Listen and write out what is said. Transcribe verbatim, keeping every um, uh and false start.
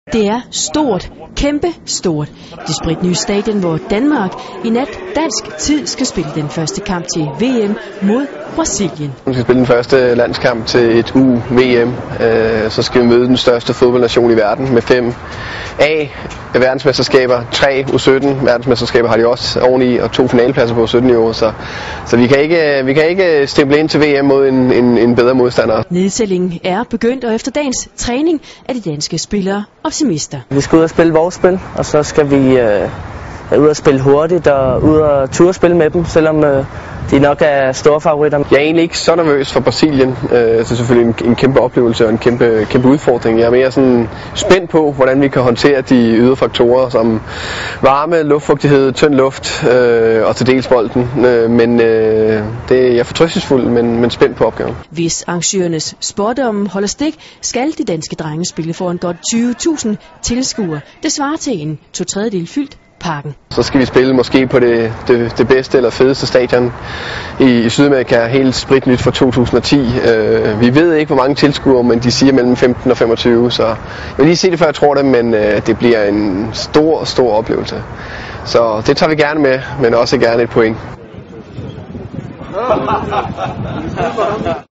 Det er stort, kæmpe stort. Det spritnye stadion, hvor Danmark i nat dansk tid skal spille den første kamp til V M mod Brasilien. Vi skal spille den første landskamp til et U V M. Så skal vi møde den største fodboldnation i verden med fem A verdensmesterskaber, tre U sytten verdensmesterskaber har de også oveni, og to finalepladser på U sytten i år. Så, så vi kan ikke, vi kan ikke stemple ind til V M mod en, en, en bedre modstander. Nedtællingen er begyndt, og efter dagens træning er de danske spillere optimister. Vi skal ud og spille vores spil, og så skal vi øh, ud og spille hurtigt og ud og turde spille med dem, selvom øh, de nok er store favoritter. Jeg er egentlig ikke så nervøs for Brasilien. Øh, det er selvfølgelig en, en kæmpe oplevelse og en kæmpe, kæmpe udfordring. Jeg er mere sådan spændt på, hvordan vi kan håndtere de ydre faktorer som varme, luftfugtighed, tynd luft øh, og til dels bolden. Øh, men øh, det, jeg er fortrøstningsfuld, men, men spændt på opgaven. Hvis arrangørernes spådomme holder stik, skal de danske drenge spille foran godt tyve tusind tilskuere. Det svarer til en to tredjedel fyldt parken. Så skal vi spille måske på det, det, det bedste eller fedeste stadion i, i Sydamerika, helt spritnyt fra to tusind og ti. Uh, vi ved ikke, hvor mange tilskuere, men de siger mellem femten og femogtyve, så jeg vil lige se det, før jeg tror det, men uh, det bliver en stor, stor oplevelse. Så det tager vi gerne med, men også gerne et point.